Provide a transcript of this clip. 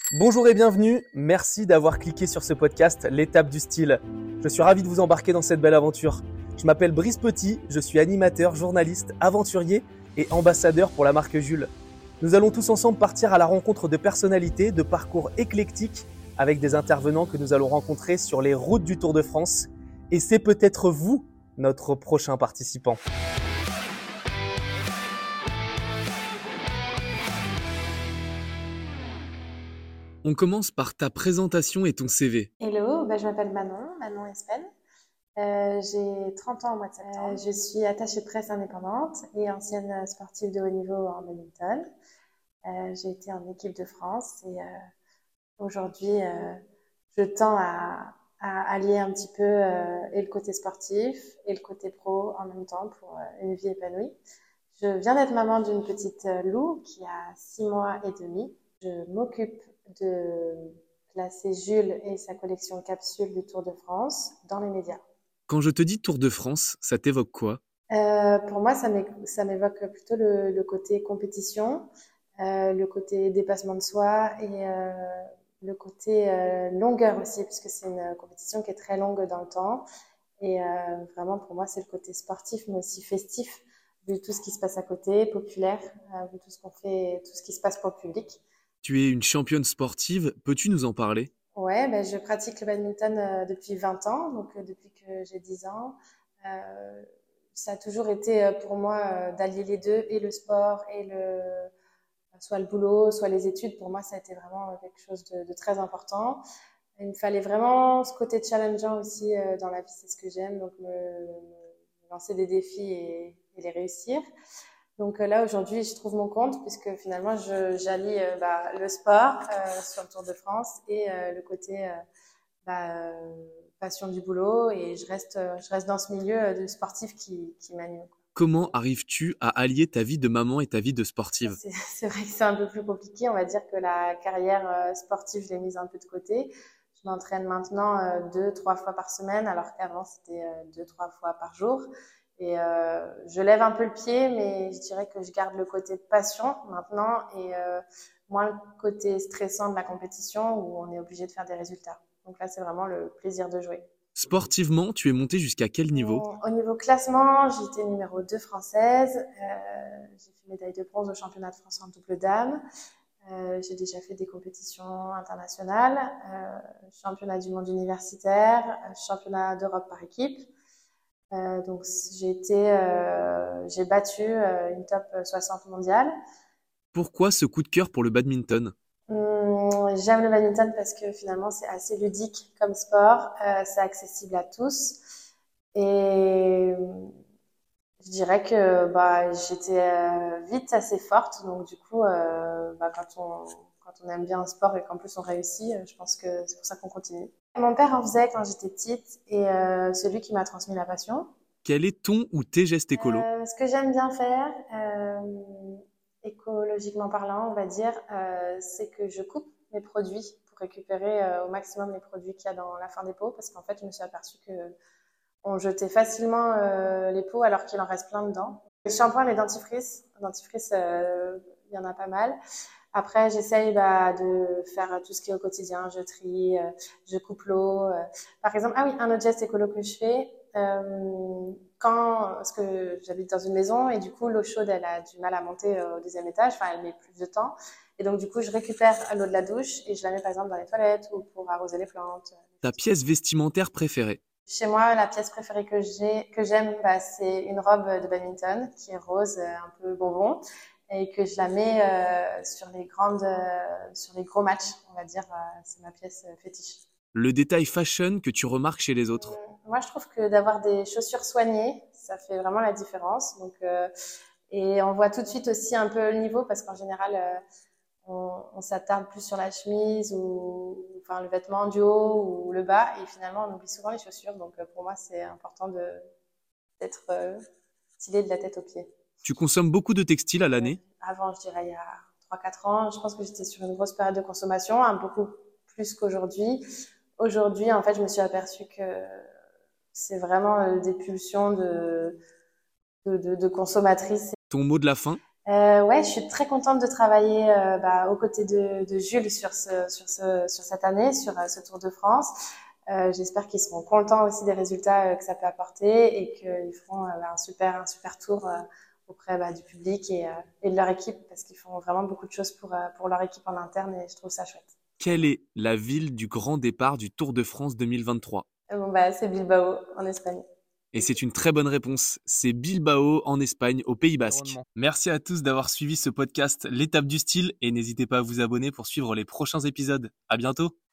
Bonjour et bienvenue, merci d'avoir cliqué sur ce podcast L'étape du style. Je suis ravi de vous embarquer dans cette belle aventure. Je m'appelle Brice Petit, je suis animateur, journaliste, aventurier et ambassadeur pour la marque Jules. Nous allons tous ensemble partir à la rencontre de personnalités, de parcours éclectiques avec des intervenants que nous allons rencontrer sur les routes du Tour de France. Et c'est peut-être vous, notre prochain participant. On commence par ta présentation et ton CV. Hello, je m'appelle Manon Espen. J'ai 30 ans au mois de septembre. Je suis attachée de presse indépendante et ancienne sportive de haut niveau en badminton. J'ai été en équipe de France et aujourd'hui, je tends à allier un petit peu et le côté sportif et le côté pro en même temps pour une vie épanouie. Je viens d'être maman d'une petite Lou qui a 6 mois et demi. Je m'occupe de placer Jules et sa collection capsules du Tour de France dans les médias. Quand je te dis Tour de France, ça t'évoque quoi ? Pour moi, ça m'évoque plutôt le côté compétition, le côté dépassement de soi et le côté longueur aussi, puisque c'est une compétition qui est très longue dans le temps. Et vraiment, pour moi, c'est le côté sportif, mais aussi festif, vu tout ce qui se passe à côté, populaire, vu tout ce qu'on fait, tout ce qui se passe pour le public. Tu es une championne sportive, peux-tu nous en parler ? Ouais, je pratique le badminton depuis 20 ans, donc depuis que j'ai 10 ans. Ça a toujours été pour moi d'allier les deux, et le sport, et soit le boulot, soit les études. Pour moi, ça a été vraiment quelque chose de très important. Il me fallait vraiment ce côté challengeant aussi dans la vie, c'est ce que j'aime, donc me lancer des défis et les réussir. Donc là, aujourd'hui, je trouve mon compte puisque finalement, j'allie le sport sur le Tour de France et le côté passion du boulot, et je reste dans ce milieu de sportif qui m'anime. Comment arrives-tu à allier ta vie de maman et ta vie de sportive ? C'est vrai que c'est un peu plus compliqué. On va dire que la carrière sportive, je l'ai mise un peu de côté. Je m'entraîne maintenant 2-3 fois par semaine, alors qu'avant, c'était 2-3 fois par jour. Et je lève un peu le pied, mais je dirais que je garde le côté de passion maintenant et moins le côté stressant de la compétition où on est obligé de faire des résultats. Donc là, c'est vraiment le plaisir de jouer. Sportivement, tu es montée jusqu'à quel niveau ? Au niveau classement, j'étais numéro 2 française. J'ai fait médaille de bronze au championnat de France en double dame. J'ai déjà fait des compétitions internationales, championnat du monde universitaire, championnat d'Europe par équipe. Donc j'ai battu une top 60 mondiale. Pourquoi ce coup de cœur pour le badminton ? J'aime le badminton parce que finalement c'est assez ludique comme sport, c'est accessible à tous et je dirais que j'étais vite assez forte, donc du coup quand on aime bien un sport et qu'en plus on réussit, je pense que c'est pour ça qu'on continue. Mon père en faisait quand j'étais petite et c'est lui qui m'a transmis la passion. Quel est ton ou tes gestes écolos ? Ce que j'aime bien faire, écologiquement parlant, on va dire, c'est que je coupe mes produits pour récupérer au maximum les produits qu'il y a dans la fin des pots, parce qu'en fait, je me suis aperçue que on jetait facilement les pots alors qu'il en reste plein dedans. Les shampoings, les dentifrices, il y en a pas mal. Après, j'essaye de faire tout ce qui est au quotidien. Je trie, je coupe l'eau. Par exemple, un autre geste écolo que je fais, parce que j'habite dans une maison et du coup, l'eau chaude, elle a du mal à monter au deuxième étage. Enfin, elle met plus de temps. Et donc, du coup, je récupère l'eau de la douche et je la mets, par exemple, dans les toilettes ou pour arroser les plantes. Ta pièce vestimentaire préférée ? Chez moi, la pièce préférée que j'aime, c'est une robe de badminton qui est rose, un peu bonbon, et que je la mets sur les gros matchs, on va dire. C'est ma pièce fétiche. Le détail fashion que tu remarques chez les autres ? Moi, je trouve que d'avoir des chaussures soignées, ça fait vraiment la différence. Donc, et on voit tout de suite aussi un peu le niveau, parce qu'en général, on s'attarde plus sur la chemise ou le vêtement du haut ou le bas, et finalement on oublie souvent les chaussures. Donc pour moi, c'est important d'être stylé de la tête aux pieds. Tu consommes beaucoup de textiles à l'année ? Avant, je dirais il y a 3-4 ans, je pense que j'étais sur une grosse période de consommation, beaucoup plus qu'aujourd'hui. Aujourd'hui, en fait, je me suis aperçue que c'est vraiment des pulsions de consommatrice. Ton mot de la fin ? Ouais, je suis très contente de travailler aux côtés de Jules sur cette année, sur ce Tour de France. J'espère qu'ils seront contents aussi des résultats que ça peut apporter et qu'ils feront un super tour auprès du public et de leur équipe parce qu'ils font vraiment beaucoup de choses pour leur équipe en interne et je trouve ça chouette. Quelle est la ville du grand départ du Tour de France 2023? C'est Bilbao en Espagne. Et c'est une très bonne réponse. C'est Bilbao en Espagne, au Pays Basque. Merci à tous d'avoir suivi ce podcast L'étape du style et n'hésitez pas à vous abonner pour suivre les prochains épisodes. À bientôt!